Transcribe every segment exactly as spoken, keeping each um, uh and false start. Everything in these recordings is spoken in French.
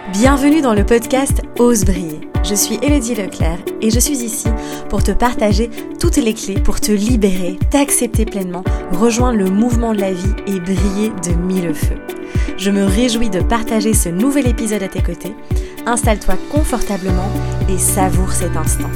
Bienvenue dans le podcast Ose briller. Je suis Élodie Leclerc et je suis ici pour te partager toutes les clés pour te libérer, t'accepter pleinement, rejoindre le mouvement de la vie et briller de mille feux. Je me réjouis de partager ce nouvel épisode à tes côtés. Installe-toi confortablement et savoure cet instant.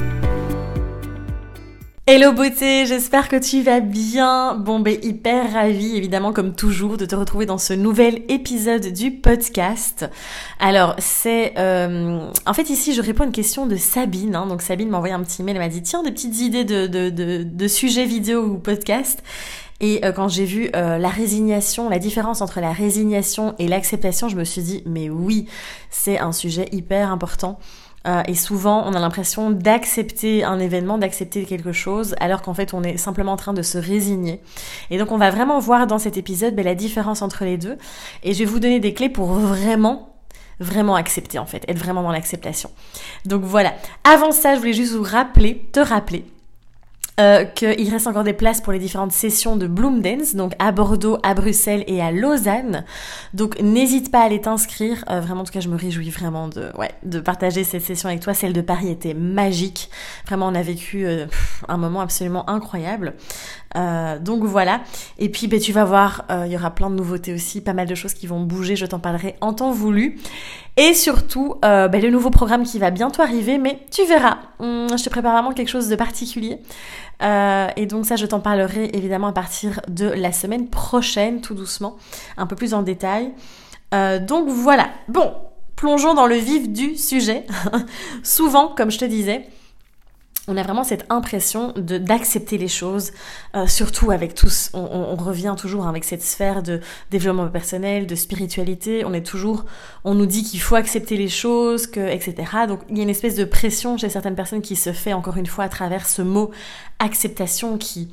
Hello beauté, j'espère que tu vas bien. Bon ben hyper ravie évidemment comme toujours de te retrouver dans ce nouvel épisode du podcast. Alors c'est... Euh, en fait ici je réponds à une question de Sabine. Hein. Donc Sabine m'a envoyé un petit mail, elle m'a dit tiens des petites idées de, de, de, de sujets vidéo ou podcast. Et euh, quand j'ai vu euh, la résignation, la différence entre la résignation et l'acceptation, je me suis dit mais oui, c'est un sujet hyper important. Euh, et souvent, on a l'impression d'accepter un événement, d'accepter quelque chose, alors qu'en fait, on est simplement en train de se résigner. Et donc, on va vraiment voir dans cet épisode ben, la différence entre les deux. Et je vais vous donner des clés pour vraiment, vraiment accepter, en fait, être vraiment dans l'acceptation. Donc voilà. Avant ça, je voulais juste vous rappeler, te rappeler, Euh, qu'il reste encore des places pour les différentes sessions de Bloom Dance, donc à Bordeaux, à Bruxelles et à Lausanne. Donc n'hésite pas à aller t'inscrire. Euh, vraiment, en tout cas, je me réjouis vraiment de, ouais, de partager cette session avec toi. Celle de Paris était magique. Vraiment, on a vécu euh, un moment absolument incroyable. Euh, donc voilà. Et puis, ben, tu vas voir, il euh, y aura plein de nouveautés aussi, pas mal de choses qui vont bouger. Je t'en parlerai en temps voulu. Et surtout, euh, ben, le nouveau programme qui va bientôt arriver, mais tu verras. Hum, je te prépare vraiment quelque chose de particulier. Euh, et donc ça, je t'en parlerai évidemment à partir de la semaine prochaine, tout doucement, un peu plus en détail. Euh, donc voilà. Bon, plongeons dans le vif du sujet. Souvent, comme je te disais, on a vraiment cette impression de d'accepter les choses, euh, surtout avec tous. On, on, on revient toujours avec cette sphère de développement personnel, de spiritualité. On est toujours, on nous dit qu'il faut accepter les choses, que et cetera. Donc il y a une espèce de pression chez certaines personnes qui se fait encore une fois à travers ce mot acceptation qui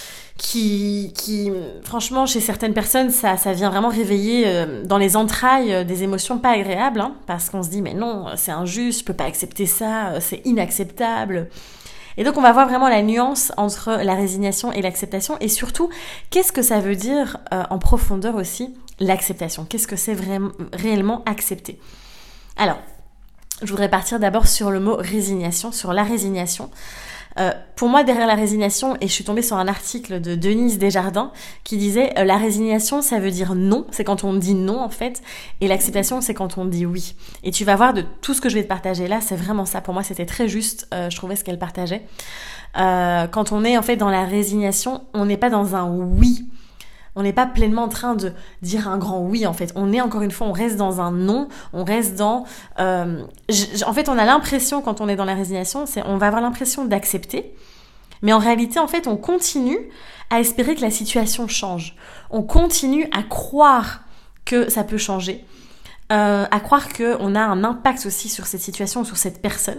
qui qui franchement chez certaines personnes ça ça vient vraiment réveiller euh, dans les entrailles euh, des émotions pas agréables, hein, parce qu'on se dit mais non, c'est injuste, je peux pas accepter ça, euh, c'est inacceptable. Et donc on va voir vraiment la nuance entre la résignation et l'acceptation, et surtout qu'est-ce que ça veut dire euh, en profondeur aussi l'acceptation, qu'est-ce que c'est vraiment réellement accepter. Alors je voudrais partir d'abord sur le mot résignation, sur la résignation. Euh, pour moi, derrière la résignation, et je suis tombée sur un article de Denise Desjardins qui disait euh, la résignation, ça veut dire non, c'est quand on dit non en fait, et l'acceptation, c'est quand on dit oui. Et tu vas voir de tout ce que je vais te partager là, c'est vraiment ça. Pour moi, c'était très juste, euh, je trouvais ce qu'elle partageait. Euh, quand on est en fait dans la résignation, on n'est pas dans un oui. On n'est pas pleinement en train de dire un grand oui, en fait. On est, encore une fois, on reste dans un non, on reste dans... Euh, j- en fait, on a l'impression, quand on est dans la résignation, c'est, on va avoir l'impression d'accepter, mais en réalité, en fait, on continue à espérer que la situation change. On continue à croire que ça peut changer, euh, à croire qu'on a un impact aussi sur cette situation, sur cette personne.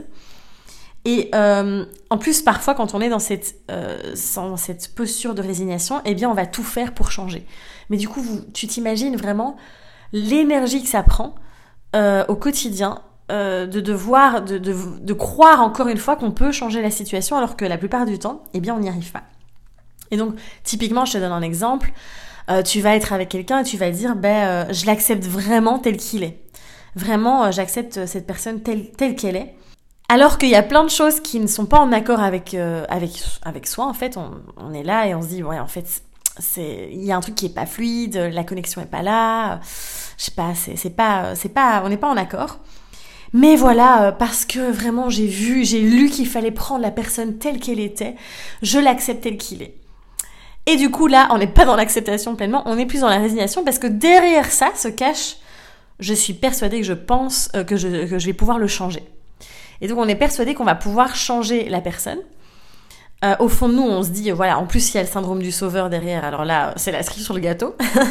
Et euh, en plus, parfois, quand on est dans cette, euh, dans cette posture de résignation, eh bien, on va tout faire pour changer. Mais du coup, vous, tu t'imagines vraiment l'énergie que ça prend euh, au quotidien euh, de devoir, de, de, de croire encore une fois qu'on peut changer la situation, alors que la plupart du temps, eh bien, on n'y arrive pas. Et donc, typiquement, je te donne un exemple. Euh, tu vas être avec quelqu'un et tu vas dire, ben, euh, je l'accepte vraiment tel qu'il est. Vraiment, euh, j'accepte cette personne telle, telle qu'elle est. Alors qu'il y a plein de choses qui ne sont pas en accord avec euh, avec avec soi, en fait, on, on est là et on se dit ouais, en fait, c'est il y a un truc qui est pas fluide, la connexion est pas là, je sais pas, c'est c'est pas c'est pas on n'est pas en accord. Mais voilà, parce que vraiment j'ai vu, j'ai lu qu'il fallait prendre la personne telle qu'elle était, je l'accepte tel qu'il est. Et du coup là, on n'est pas dans l'acceptation pleinement, on est plus dans la résignation, parce que derrière ça se cache, je suis persuadée que je pense euh, que je que je vais pouvoir le changer. Et donc on est persuadé qu'on va pouvoir changer la personne. Euh, au fond de nous, on se dit, voilà, en plus il y a le syndrome du sauveur derrière, alors là, c'est la cerise sur le gâteau.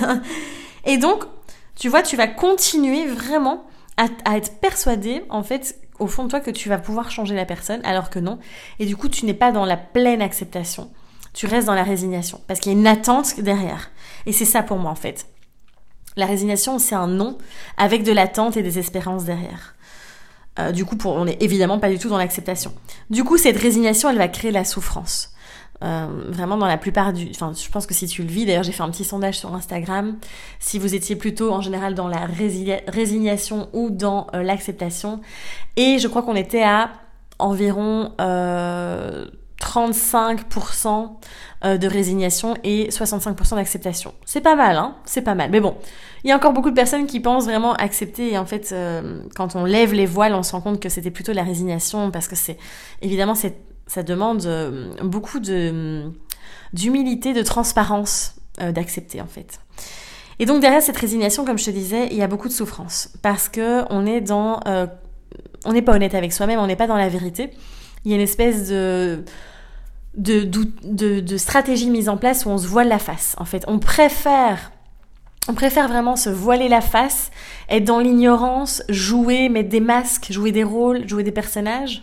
Et donc, tu vois, tu vas continuer vraiment à, à être persuadé, en fait, au fond de toi, que tu vas pouvoir changer la personne, alors que non. Et du coup, tu n'es pas dans la pleine acceptation. Tu restes dans la résignation, parce qu'il y a une attente derrière. Et c'est ça pour moi, en fait. La résignation, c'est un non, avec de l'attente et des espérances derrière. Euh, du coup, pour, on n'est évidemment pas du tout dans l'acceptation. Du coup, cette résignation, elle va créer la souffrance. Euh, vraiment dans la plupart du... Enfin, je pense que si tu le vis, d'ailleurs j'ai fait un petit sondage sur Instagram, si vous étiez plutôt en général dans la rési- résignation ou dans euh, l'acceptation, et je crois qu'on était à environ euh, trente-cinq pour cent de résignation et soixante-cinq pour cent d'acceptation. C'est pas mal, hein, c'est pas mal. Mais bon, il y a encore beaucoup de personnes qui pensent vraiment accepter, et en fait, euh, quand on lève les voiles, on se rend compte que c'était plutôt de la résignation, parce que c'est, évidemment, c'est ça demande euh, beaucoup de, d'humilité, de transparence euh, d'accepter en fait. Et donc derrière cette résignation, comme je te disais, il y a beaucoup de souffrance parce que on est dans, euh, on n'est pas honnête avec soi-même, on n'est pas dans la vérité. Il y a une espèce de de, de de de stratégie mise en place où on se voile la face. En fait, on préfère On préfère vraiment se voiler la face, être dans l'ignorance, jouer, mettre des masques, jouer des rôles, jouer des personnages.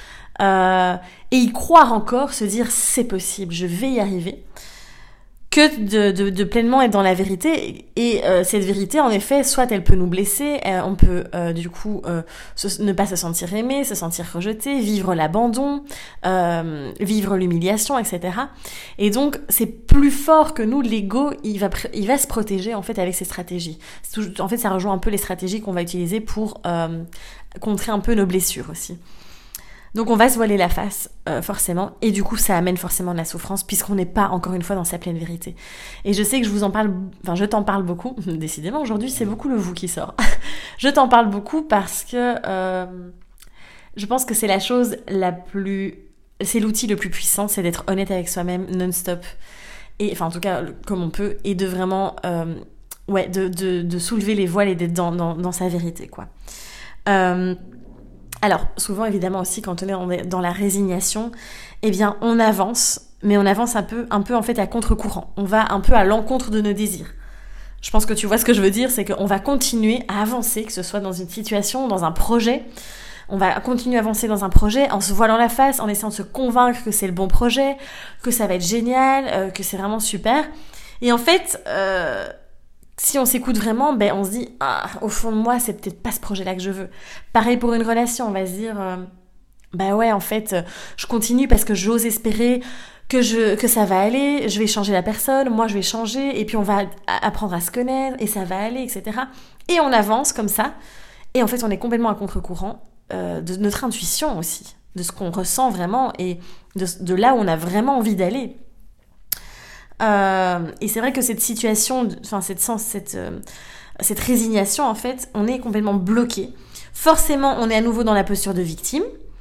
Euh, et y croire encore, se dire c'est possible, je vais y arriver, que de, de, de pleinement être dans la vérité. Et euh, cette vérité, en effet, soit elle peut nous blesser, euh, on peut euh, du coup euh, se, ne pas se sentir aimé, se sentir rejeté, vivre l'abandon, euh, vivre l'humiliation, et cetera. Et donc c'est plus fort que nous, l'ego, il va, il va se protéger en fait avec ces stratégies. En fait, ça rejoint un peu les stratégies qu'on va utiliser pour euh, contrer un peu nos blessures aussi. Donc on va se voiler la face, euh, forcément, et du coup ça amène forcément de la souffrance, puisqu'on n'est pas, encore une fois, dans sa pleine vérité. Et je sais que je vous en parle, enfin je t'en parle beaucoup, décidément aujourd'hui c'est beaucoup le vous qui sort. Je t'en parle beaucoup parce que euh, je pense que c'est la chose la plus, c'est l'outil le plus puissant, c'est d'être honnête avec soi-même non-stop, et enfin en tout cas comme on peut, et de vraiment, euh, ouais, de, de, de soulever les voiles et d'être dans, dans, dans sa vérité, quoi. Euh, Alors, souvent, évidemment, aussi, quand on est dans la résignation, eh bien, on avance, mais on avance un peu, un peu, en fait, à contre-courant. On va un peu à l'encontre de nos désirs. Je pense que tu vois ce que je veux dire, c'est qu'on va continuer à avancer, que ce soit dans une situation, dans un projet. On va continuer à avancer dans un projet en se voilant la face, en essayant de se convaincre que c'est le bon projet, que ça va être génial, euh, que c'est vraiment super. Et en fait... Euh si on s'écoute vraiment, ben on se dit ah, au fond de moi, c'est peut-être pas ce projet-là que je veux. Pareil pour une relation, on va se dire euh, bah ouais, en fait, je continue parce que j'ose espérer que je que ça va aller, je vais changer la personne, moi je vais changer, et puis on va apprendre à se connaître et ça va aller, et cetera. Et on avance comme ça, et en fait on est complètement à contre-courant euh, de notre intuition aussi, de ce qu'on ressent vraiment et de, de là où on a vraiment envie d'aller. Euh, et c'est vrai que cette situation, enfin cette sens, cette euh, cette résignation, en fait, on est complètement bloqué. Forcément, on est à nouveau dans la posture de victime,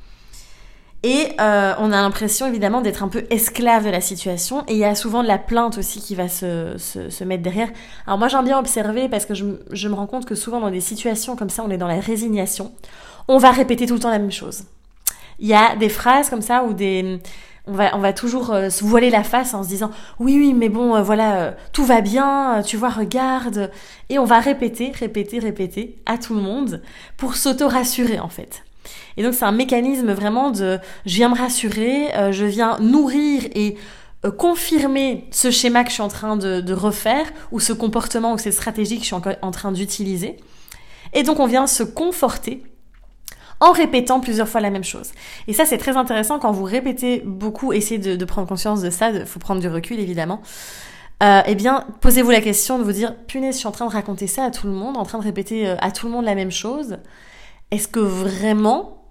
et euh, on a l'impression évidemment d'être un peu esclave de la situation. Et il y a souvent de la plainte aussi qui va se se, se mettre derrière. Alors moi, j'aime bien observer parce que je je me rends compte que souvent dans des situations comme ça, on est dans la résignation. On va répéter tout le temps la même chose. Il y a des phrases comme ça ou des On va, on va toujours euh, se voiler la face en se disant « Oui, oui, mais bon, euh, voilà, euh, tout va bien, euh, tu vois, regarde. » Et on va répéter, répéter, répéter à tout le monde pour s'auto-rassurer, en fait. Et donc, c'est un mécanisme vraiment de « Je viens me rassurer, euh, je viens nourrir et euh, confirmer ce schéma que je suis en train de, de refaire ou ce comportement ou cette stratégie que je suis en, en train d'utiliser. » Et donc, on vient se conforter en répétant plusieurs fois la même chose. Et ça, c'est très intéressant quand vous répétez beaucoup, essayez de, de prendre conscience de ça, il faut prendre du recul évidemment. Euh, eh bien, posez-vous la question de vous dire, punaise, je suis en train de raconter ça à tout le monde, en train de répéter à tout le monde la même chose. Est-ce que vraiment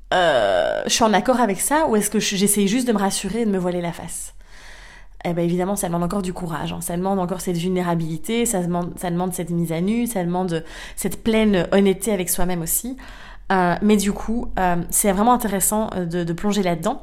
euh, je suis en accord avec ça, ou est-ce que j'essaye juste de me rassurer et de me voiler la face ? Eh bien évidemment, ça demande encore du courage, hein. Ça demande encore cette vulnérabilité, ça demande, ça demande cette mise à nu, ça demande cette pleine honnêteté avec soi-même aussi. Euh, mais du coup, euh, c'est vraiment intéressant de, de plonger là-dedans.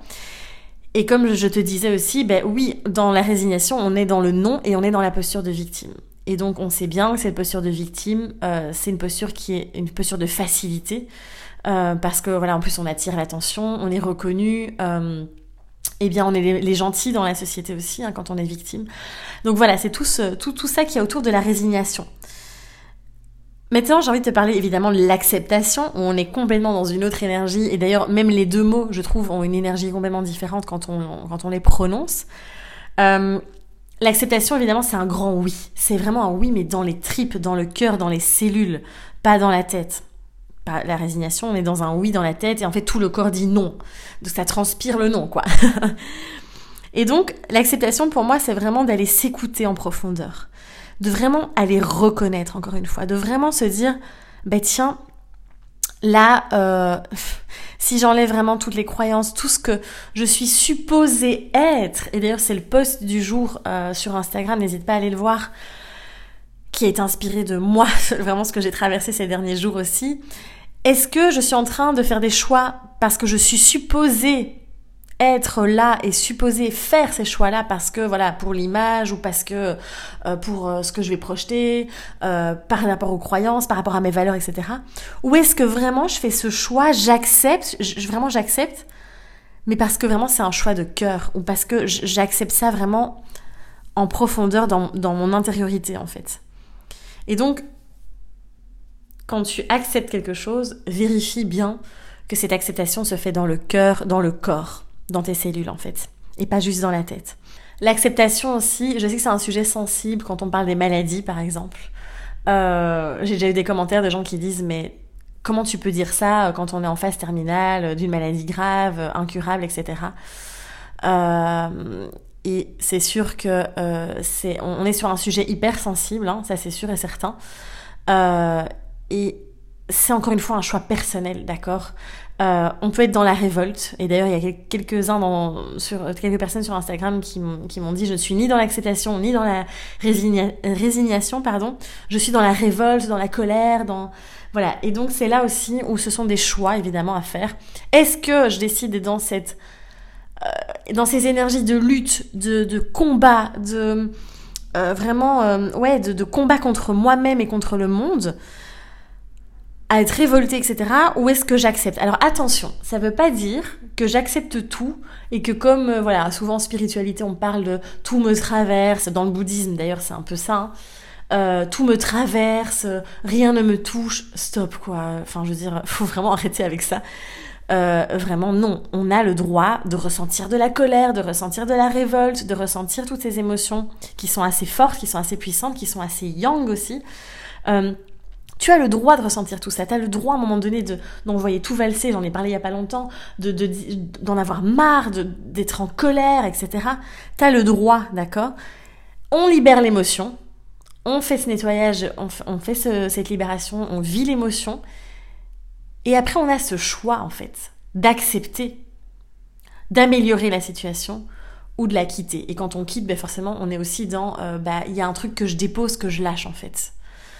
Et comme je te disais aussi, ben oui, dans la résignation, on est dans le non et on est dans la posture de victime. Et donc, on sait bien que cette posture de victime, euh, c'est une posture qui est une posture de facilité, euh, parce que voilà, en plus, on attire l'attention, on est reconnu. Euh, eh bien, on est les, les gentils dans la société aussi, hein, quand on est victime. Donc voilà, c'est tout, ce, tout, tout ça qui est autour de la résignation. Maintenant, j'ai envie de te parler évidemment de l'acceptation, où on est complètement dans une autre énergie. Et d'ailleurs, même les deux mots, je trouve, ont une énergie complètement différente quand on, quand on les prononce. Euh, l'acceptation, évidemment, c'est un grand oui. C'est vraiment un oui, mais dans les tripes, dans le cœur, dans les cellules, pas dans la tête. Pas la résignation, on est dans un oui dans la tête, et en fait, tout le corps dit non. Donc ça transpire le non, quoi. Et donc, l'acceptation pour moi, c'est vraiment d'aller s'écouter en profondeur, de vraiment aller reconnaître, encore une fois, de vraiment se dire, bah tiens, là, euh, si j'enlève vraiment toutes les croyances, tout ce que je suis supposée être, et d'ailleurs c'est le post du jour euh, sur Instagram, n'hésite pas à aller le voir, qui est inspiré de moi, vraiment ce que j'ai traversé ces derniers jours aussi. Est-ce que je suis en train de faire des choix parce que je suis supposée être là et supposée faire ces choix-là parce que, voilà, pour l'image ou parce que euh, pour euh, ce que je vais projeter, euh, par rapport aux croyances, par rapport à mes valeurs, et cetera. Ou est-ce que vraiment je fais ce choix, j'accepte, je, vraiment j'accepte, mais parce que vraiment c'est un choix de cœur ou parce que j'accepte ça vraiment en profondeur dans, dans mon intériorité, en fait. Et donc, quand tu acceptes quelque chose, vérifie bien que cette acceptation se fait dans le cœur, dans le corps, dans tes cellules en fait, et pas juste dans la tête. L'acceptation aussi, je sais que c'est un sujet sensible quand on parle des maladies par exemple. Euh, j'ai déjà eu des commentaires de gens qui disent mais comment tu peux dire ça quand on est en phase terminale d'une maladie grave, incurable, et cetera. Euh, et c'est sûr que euh, c'est, on est sur un sujet hyper sensible, hein, ça c'est sûr et certain. Euh, et c'est encore une fois un choix personnel, d'accord ? Euh, on peut être dans la révolte, et d'ailleurs il y a quelques-uns dans, sur, quelques personnes sur Instagram qui m'ont, qui m'ont dit je ne suis ni dans l'acceptation ni dans la résigna- résignation, pardon, je suis dans la révolte, dans la colère, dans... Voilà, et donc c'est là aussi où ce sont des choix évidemment à faire. Est-ce que je décide d'être dans cette... Euh, dans ces énergies de lutte, de, de combat, de... Euh, vraiment, euh, ouais, de, de combat contre moi-même et contre le monde, à être révoltée, et cetera, ou est-ce que j'accepte ? Alors attention, ça veut pas dire que j'accepte tout et que comme, euh, voilà, souvent en spiritualité, on parle de tout me traverse, dans le bouddhisme d'ailleurs c'est un peu ça, hein, euh, tout me traverse, rien ne me touche, stop quoi, enfin je veux dire, faut vraiment arrêter avec ça. Euh, vraiment non, on a le droit de ressentir de la colère, de ressentir de la révolte, de ressentir toutes ces émotions qui sont assez fortes, qui sont assez puissantes, qui sont assez yang aussi. Euh, Tu as le droit de ressentir tout ça. Tu as le droit à un moment donné de, d'envoyer tout valser, j'en ai parlé il y a pas longtemps, de, de, d'en avoir marre, de, d'être en colère, et cetera. Tu as le droit, d'accord ? On libère l'émotion, on fait ce nettoyage, on, on fait ce, cette libération, on vit l'émotion. Et après, on a ce choix, en fait, d'accepter, d'améliorer la situation ou de la quitter. Et quand on quitte, ben forcément, on est aussi dans, euh, bah, il y a un truc que je dépose, que je lâche, en fait.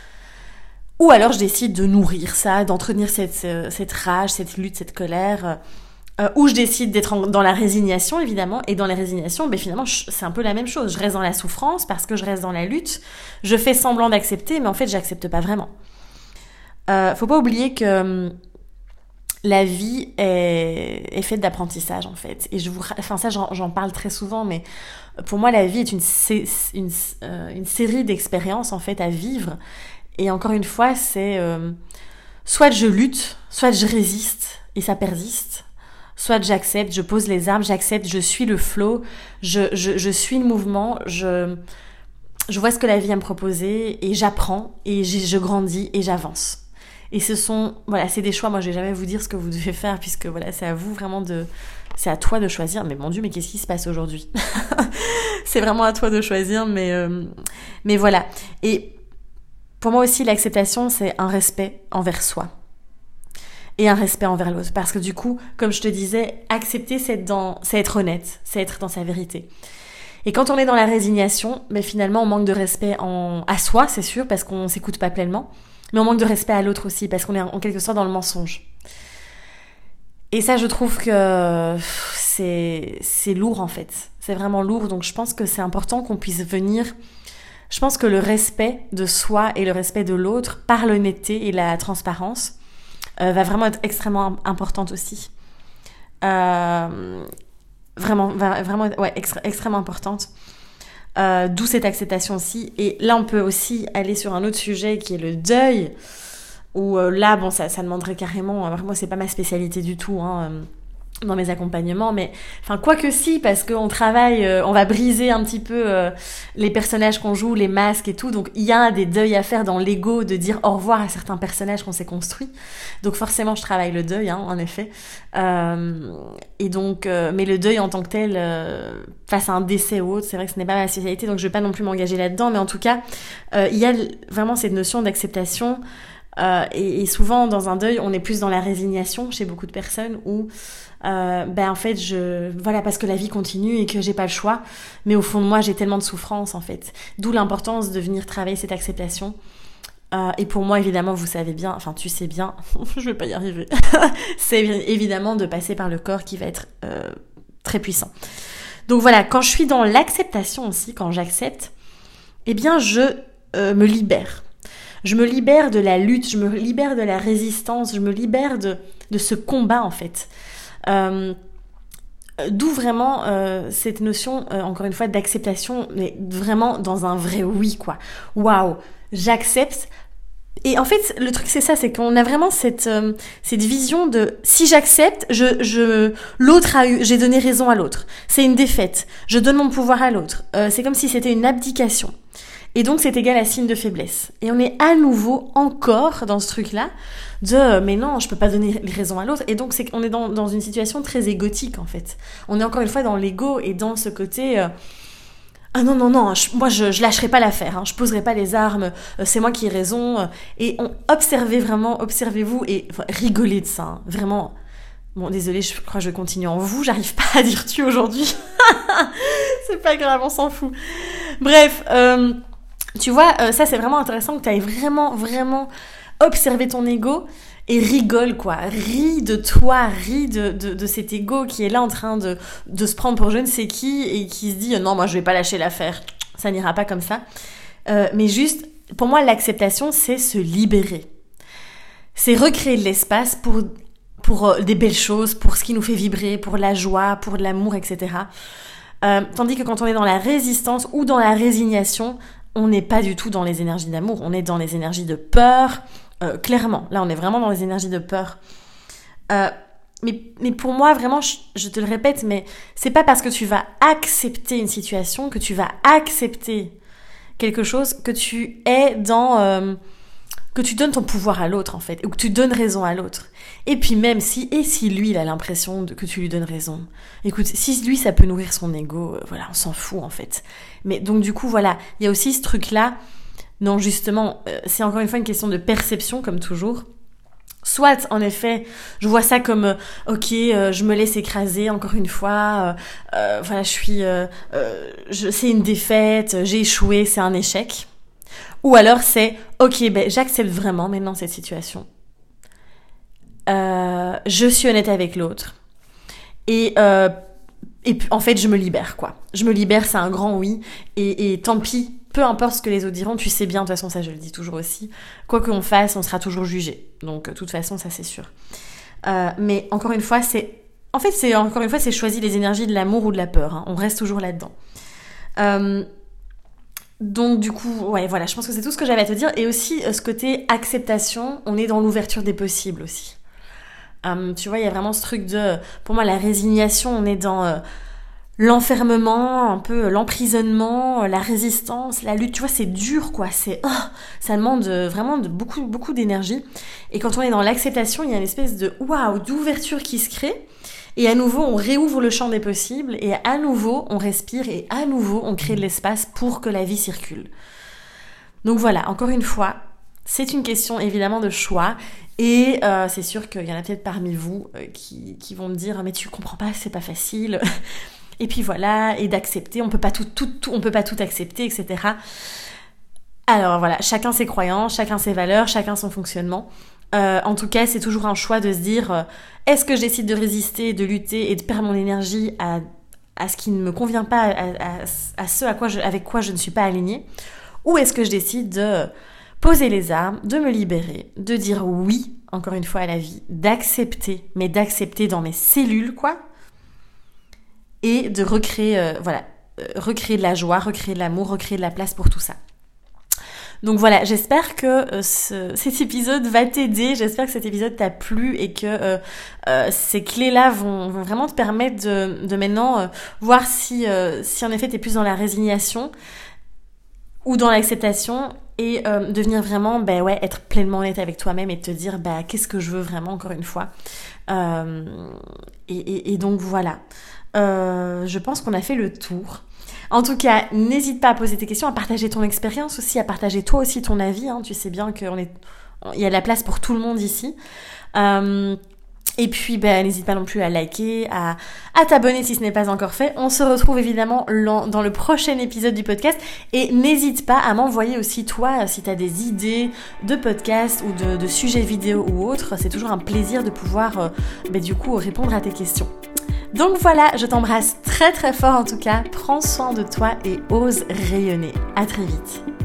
Ou alors je décide de nourrir ça, d'entretenir cette, cette rage, cette lutte, cette colère. Euh, ou je décide d'être en, dans la résignation, évidemment. Et dans la résignation, ben finalement, je, c'est un peu la même chose. Je reste dans la souffrance parce que je reste dans la lutte. Je fais semblant d'accepter, mais en fait, j'accepte pas vraiment. Euh, faut pas oublier que hum, la vie est, est faite d'apprentissage, en fait. Et je vous, enfin ça, j'en, j'en parle très souvent, mais pour moi, la vie est une, une, euh, une série d'expériences, en fait, à vivre. Et encore une fois, c'est euh, soit je lutte, soit je résiste et ça persiste, soit j'accepte, je pose les armes, j'accepte, je suis le flow, je, je, je suis le mouvement, je, je vois ce que la vie a me proposer et j'apprends et je, je grandis et j'avance. Et ce sont, voilà, c'est des choix. Moi, je vais jamais vous dire ce que vous devez faire puisque voilà, c'est à vous vraiment de, c'est à toi de choisir. Mais mon Dieu, mais qu'est-ce qui se passe aujourd'hui ? C'est vraiment à toi de choisir, mais, euh, mais voilà. Et pour moi aussi, l'acceptation, c'est un respect envers soi et un respect envers l'autre. Parce que du coup, comme je te disais, accepter, c'est être, dans, c'est être honnête, c'est être dans sa vérité. Et quand on est dans la résignation, ben finalement, on manque de respect en, à soi, c'est sûr, parce qu'on ne s'écoute pas pleinement, mais on manque de respect à l'autre aussi, parce qu'on est en quelque sorte dans le mensonge. Et ça, je trouve que c'est, c'est lourd, en fait. C'est vraiment lourd, donc je pense que c'est important qu'on puisse venir... Je pense que le respect de soi et le respect de l'autre, par l'honnêteté et la transparence, euh, va vraiment être extrêmement importante aussi. Euh, vraiment, va, vraiment, ouais, extra, extrêmement importante. Euh, d'où cette acceptation aussi. Et là, on peut aussi aller sur un autre sujet qui est le deuil, où euh, là, bon, ça, ça demanderait carrément... Alors moi, c'est pas ma spécialité du tout, hein. dans mes accompagnements, mais enfin quoi que si, parce qu'on travaille, euh, on va briser un petit peu euh, les personnages qu'on joue, les masques et tout, donc il y a des deuils à faire dans l'ego, de dire au revoir à certains personnages qu'on s'est construits, donc forcément je travaille le deuil, hein, en effet, euh, et donc, euh, mais le deuil en tant que tel, euh, face à un décès ou autre, c'est vrai que ce n'est pas ma spécialité, donc je vais pas non plus m'engager là-dedans, mais en tout cas, euh, il y a vraiment cette notion d'acceptation. Euh, et, et souvent dans un deuil on est plus dans la résignation chez beaucoup de personnes où euh, ben en fait je voilà parce que la vie continue et que j'ai pas le choix, mais au fond de moi j'ai tellement de souffrance en fait, d'où l'importance de venir travailler cette acceptation. Euh, et pour moi évidemment vous savez bien, enfin tu sais bien je vais pas y arriver c'est évidemment de passer par le corps qui va être euh, très puissant. Donc voilà, quand je suis dans l'acceptation aussi, quand j'accepte, eh bien je euh, me libère. Je me libère de la lutte, je me libère de la résistance, je me libère de, de ce combat en fait. Euh, d'où vraiment euh, cette notion, euh, encore une fois, d'acceptation, mais vraiment dans un vrai oui quoi. Waouh, j'accepte. Et en fait, le truc c'est ça, c'est qu'on a vraiment cette euh, cette vision de si j'accepte, je je l'autre a eu, j'ai donné raison à l'autre. C'est une défaite. Je donne mon pouvoir à l'autre. Euh, c'est comme si c'était une abdication. Et donc, c'est égal à signe de faiblesse. Et on est à nouveau encore dans ce truc-là de euh, « mais non, je peux pas donner les raisons à l'autre ». Et donc, c'est qu'on est dans, dans une situation très égotique, en fait. On est encore une fois dans l'ego et dans ce côté euh, « ah non, non, non, je, moi, je, je lâcherai pas l'affaire, hein, je poserai pas les armes, euh, c'est moi qui ai raison. Euh, » Et on observez vraiment, observez-vous et enfin, rigolez de ça, hein, vraiment. Bon, désolée, je crois que je continue en vous, j'arrive pas à dire tu aujourd'hui. C'est pas grave, on s'en fout. Bref, euh... tu vois, euh, ça c'est vraiment intéressant que tu ailles vraiment, vraiment observer ton ego et rigole quoi. Ris de toi, ris de, de, de cet ego qui est là en train de, de se prendre pour je ne sais qui et qui se dit « non, moi je vais pas lâcher l'affaire, ça n'ira pas comme ça euh, ». Mais juste, pour moi l'acceptation c'est se libérer. C'est recréer de l'espace pour, pour euh, des belles choses, pour ce qui nous fait vibrer, pour la joie, pour de l'amour, et cetera. Euh, tandis que quand on est dans la résistance ou dans la résignation, on n'est pas du tout dans les énergies d'amour, on est dans les énergies de peur, euh, clairement. Là, on est vraiment dans les énergies de peur. Euh, mais, mais pour moi, vraiment, je, je te le répète, mais c'est pas parce que tu vas accepter une situation, que tu vas accepter quelque chose, que tu es dans... Euh, que tu donnes ton pouvoir à l'autre, en fait, ou que tu donnes raison à l'autre. Et puis même si, et si lui, il a l'impression de, que tu lui donnes raison. Écoute, si lui, ça peut nourrir son ego, euh, voilà, on s'en fout, en fait. Mais donc, du coup, voilà, il y a aussi ce truc-là. Non, justement, euh, c'est encore une fois une question de perception, comme toujours. Soit, en effet, je vois ça comme, euh, ok, euh, je me laisse écraser, encore une fois, euh, euh, voilà, je suis, euh, euh, je, c'est une défaite, j'ai échoué, c'est un échec. Ou alors c'est, ok, ben j'accepte vraiment maintenant cette situation. Euh, je suis honnête avec l'autre. Et, euh, et en fait, je me libère, quoi. Je me libère, c'est un grand oui. Et, et tant pis, peu importe ce que les autres diront, tu sais bien, de toute façon, ça je le dis toujours aussi. Quoi qu'on fasse, on sera toujours jugé. Donc, de toute façon, ça c'est sûr. Euh, mais encore une fois, c'est... En fait, c'est encore une fois, c'est choisir les énergies de l'amour ou de la peur. Hein. On reste toujours là-dedans. Euh... Donc du coup, ouais, voilà, je pense que c'est tout ce que j'avais à te dire. Et aussi, euh, ce côté acceptation, on est dans l'ouverture des possibles aussi. Euh, tu vois, il y a vraiment ce truc de... Pour moi, la résignation, on est dans euh, l'enfermement, un peu l'emprisonnement, la résistance, la lutte. Tu vois, c'est dur, quoi. C'est, oh, ça demande vraiment de, beaucoup, beaucoup d'énergie. Et quand on est dans l'acceptation, il y a une espèce de waouh, d'ouverture qui se crée. Et à nouveau, on réouvre le champ des possibles et à nouveau, on respire et à nouveau, on crée de l'espace pour que la vie circule. Donc voilà, encore une fois, c'est une question évidemment de choix et euh, c'est sûr qu'il y en a peut-être parmi vous euh, qui, qui vont me dire « mais tu comprends pas, c'est pas facile ». Et puis voilà, et d'accepter, on peut pas tout, tout, tout, on peut pas tout accepter, et cetera. Alors voilà, chacun ses croyances, chacun ses valeurs, chacun son fonctionnement. Euh, en tout cas, c'est toujours un choix de se dire euh, est-ce que je décide de résister, de lutter et de perdre mon énergie à, à ce qui ne me convient pas, à, à, à ce à quoi je, avec quoi je ne suis pas alignée, ou est-ce que je décide de poser les armes, de me libérer, de dire oui, encore une fois, à la vie, d'accepter, mais d'accepter dans mes cellules, quoi, et de recréer, euh, voilà, euh, recréer de la joie, recréer de l'amour, recréer de la place pour tout ça. Donc voilà, j'espère que euh, ce, cet épisode va t'aider, j'espère que cet épisode t'a plu et que euh, euh, ces clés-là vont, vont vraiment te permettre de, de maintenant euh, voir si, euh, si en effet t'es plus dans la résignation ou dans l'acceptation et euh, devenir vraiment, bah ouais, être pleinement honnête avec toi-même et te dire, bah qu'est-ce que je veux vraiment, encore une fois. Euh, et, et, et donc voilà, euh, je pense qu'on a fait le tour. En tout cas, n'hésite pas à poser tes questions, à partager ton expérience aussi, à partager toi aussi ton avis. Hein. Tu sais bien qu'il est... y a de la place pour tout le monde ici. Euh... Et puis, ben, n'hésite pas non plus à liker, à, à t'abonner si ce n'est pas encore fait. On se retrouve évidemment dans le prochain épisode du podcast. Et n'hésite pas à m'envoyer aussi, toi, si tu as des idées de podcasts ou de, de sujets vidéo ou autres. C'est toujours un plaisir de pouvoir, euh, ben, du coup, répondre à tes questions. Donc voilà, je t'embrasse très très fort en tout cas. Prends soin de toi et ose rayonner. À très vite.